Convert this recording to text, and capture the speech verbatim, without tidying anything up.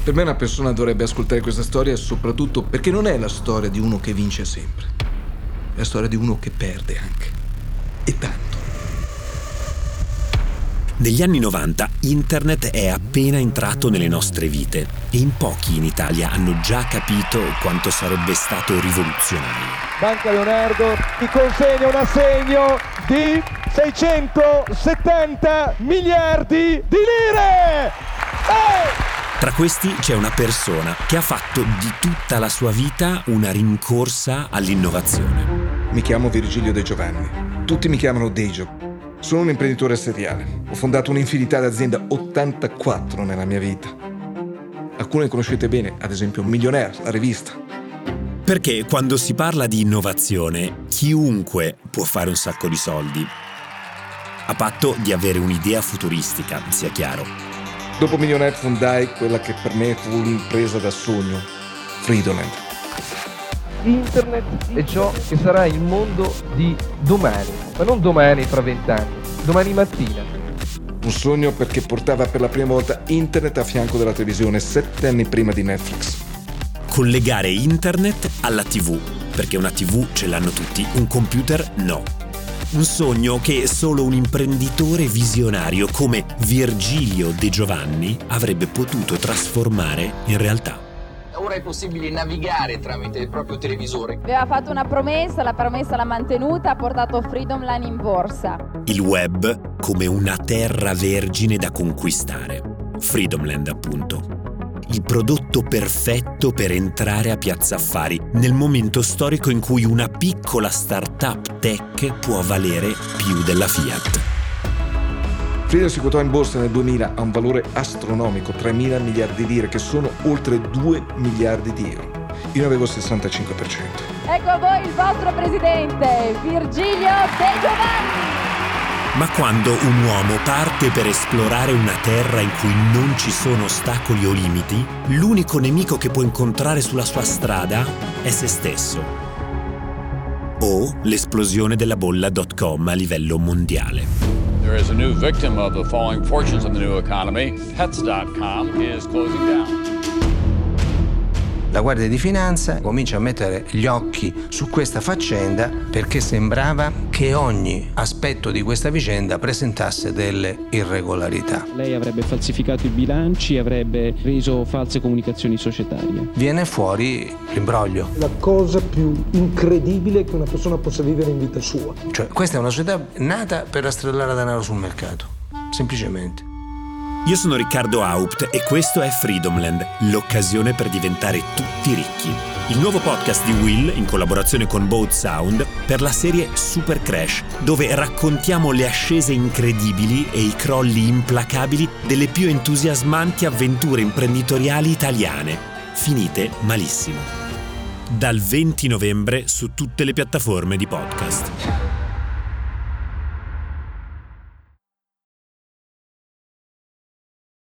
Per me una persona dovrebbe ascoltare questa storia soprattutto perché non è la storia di uno che vince sempre. È la storia di uno che perde anche. E tanto. Negli anni novanta internet è appena entrato nelle nostre vite e in pochi in Italia hanno già capito quanto sarebbe stato rivoluzionario. Banca Leonardo ti consegna un assegno di seicentosettanta miliardi di lire! Ehi! Tra questi c'è una persona che ha fatto di tutta la sua vita una rincorsa all'innovazione. Mi chiamo Virgilio De Giovanni. Tutti mi chiamano Dejo. Sono un imprenditore seriale. Ho fondato un'infinità di aziende, ottantaquattro nella mia vita. Alcune conoscete bene, ad esempio Millionaire, la rivista. Perché quando si parla di innovazione, chiunque può fare un sacco di soldi, a patto di avere un'idea futuristica, sia chiaro. Dopo Millionaire fondai quella che per me fu l'impresa da sogno, Freedomland. Internet è ciò che sarà il mondo di domani, ma non domani fra vent'anni, domani mattina. Un sogno perché portava per la prima volta internet a fianco della televisione, sette anni prima di Netflix. Collegare internet alla tivù, perché una tivù ce l'hanno tutti, un computer no. Un sogno che solo un imprenditore visionario come Virgilio De Giovanni avrebbe potuto trasformare in realtà. Ora è possibile navigare tramite il proprio televisore. Aveva fatto una promessa, la promessa l'ha mantenuta, ha portato Freedomland in borsa. Il web come una terra vergine da conquistare. Freedomland, appunto. Il prodotto perfetto per entrare a Piazza Affari, nel momento storico in cui una piccola startup tech può valere più della Fiat. Freedom si quotò in borsa nel duemila a un valore astronomico, tremila miliardi di lire, che sono oltre due miliardi di euro. Io ne avevo il sessantacinque per cento. Ecco a voi il vostro presidente, Virgilio De Giovanni! Ma quando un uomo parte per esplorare una terra in cui non ci sono ostacoli o limiti, l'unico nemico che può incontrare sulla sua strada è se stesso. O l'esplosione della bolla dot com a livello mondiale. There is a new victim of the falling fortunes of the new economy. Pets dot com is closing down. La Guardia di Finanza comincia a mettere gli occhi su questa faccenda perché sembrava che ogni aspetto di questa vicenda presentasse delle irregolarità. Lei avrebbe falsificato i bilanci, avrebbe reso false comunicazioni societarie. Viene fuori l'imbroglio. La cosa più incredibile che una persona possa vivere in vita sua. Cioè, questa è una società nata per rastrellare denaro sul mercato, semplicemente. Io sono Riccardo Haupt e questo è Freedomland, l'occasione per diventare tutti ricchi. Il nuovo podcast di Will, in collaborazione con Boat Sound, per la serie Super Crash, dove raccontiamo le ascese incredibili e i crolli implacabili delle più entusiasmanti avventure imprenditoriali italiane, finite malissimo. Dal venti novembre su tutte le piattaforme di podcast.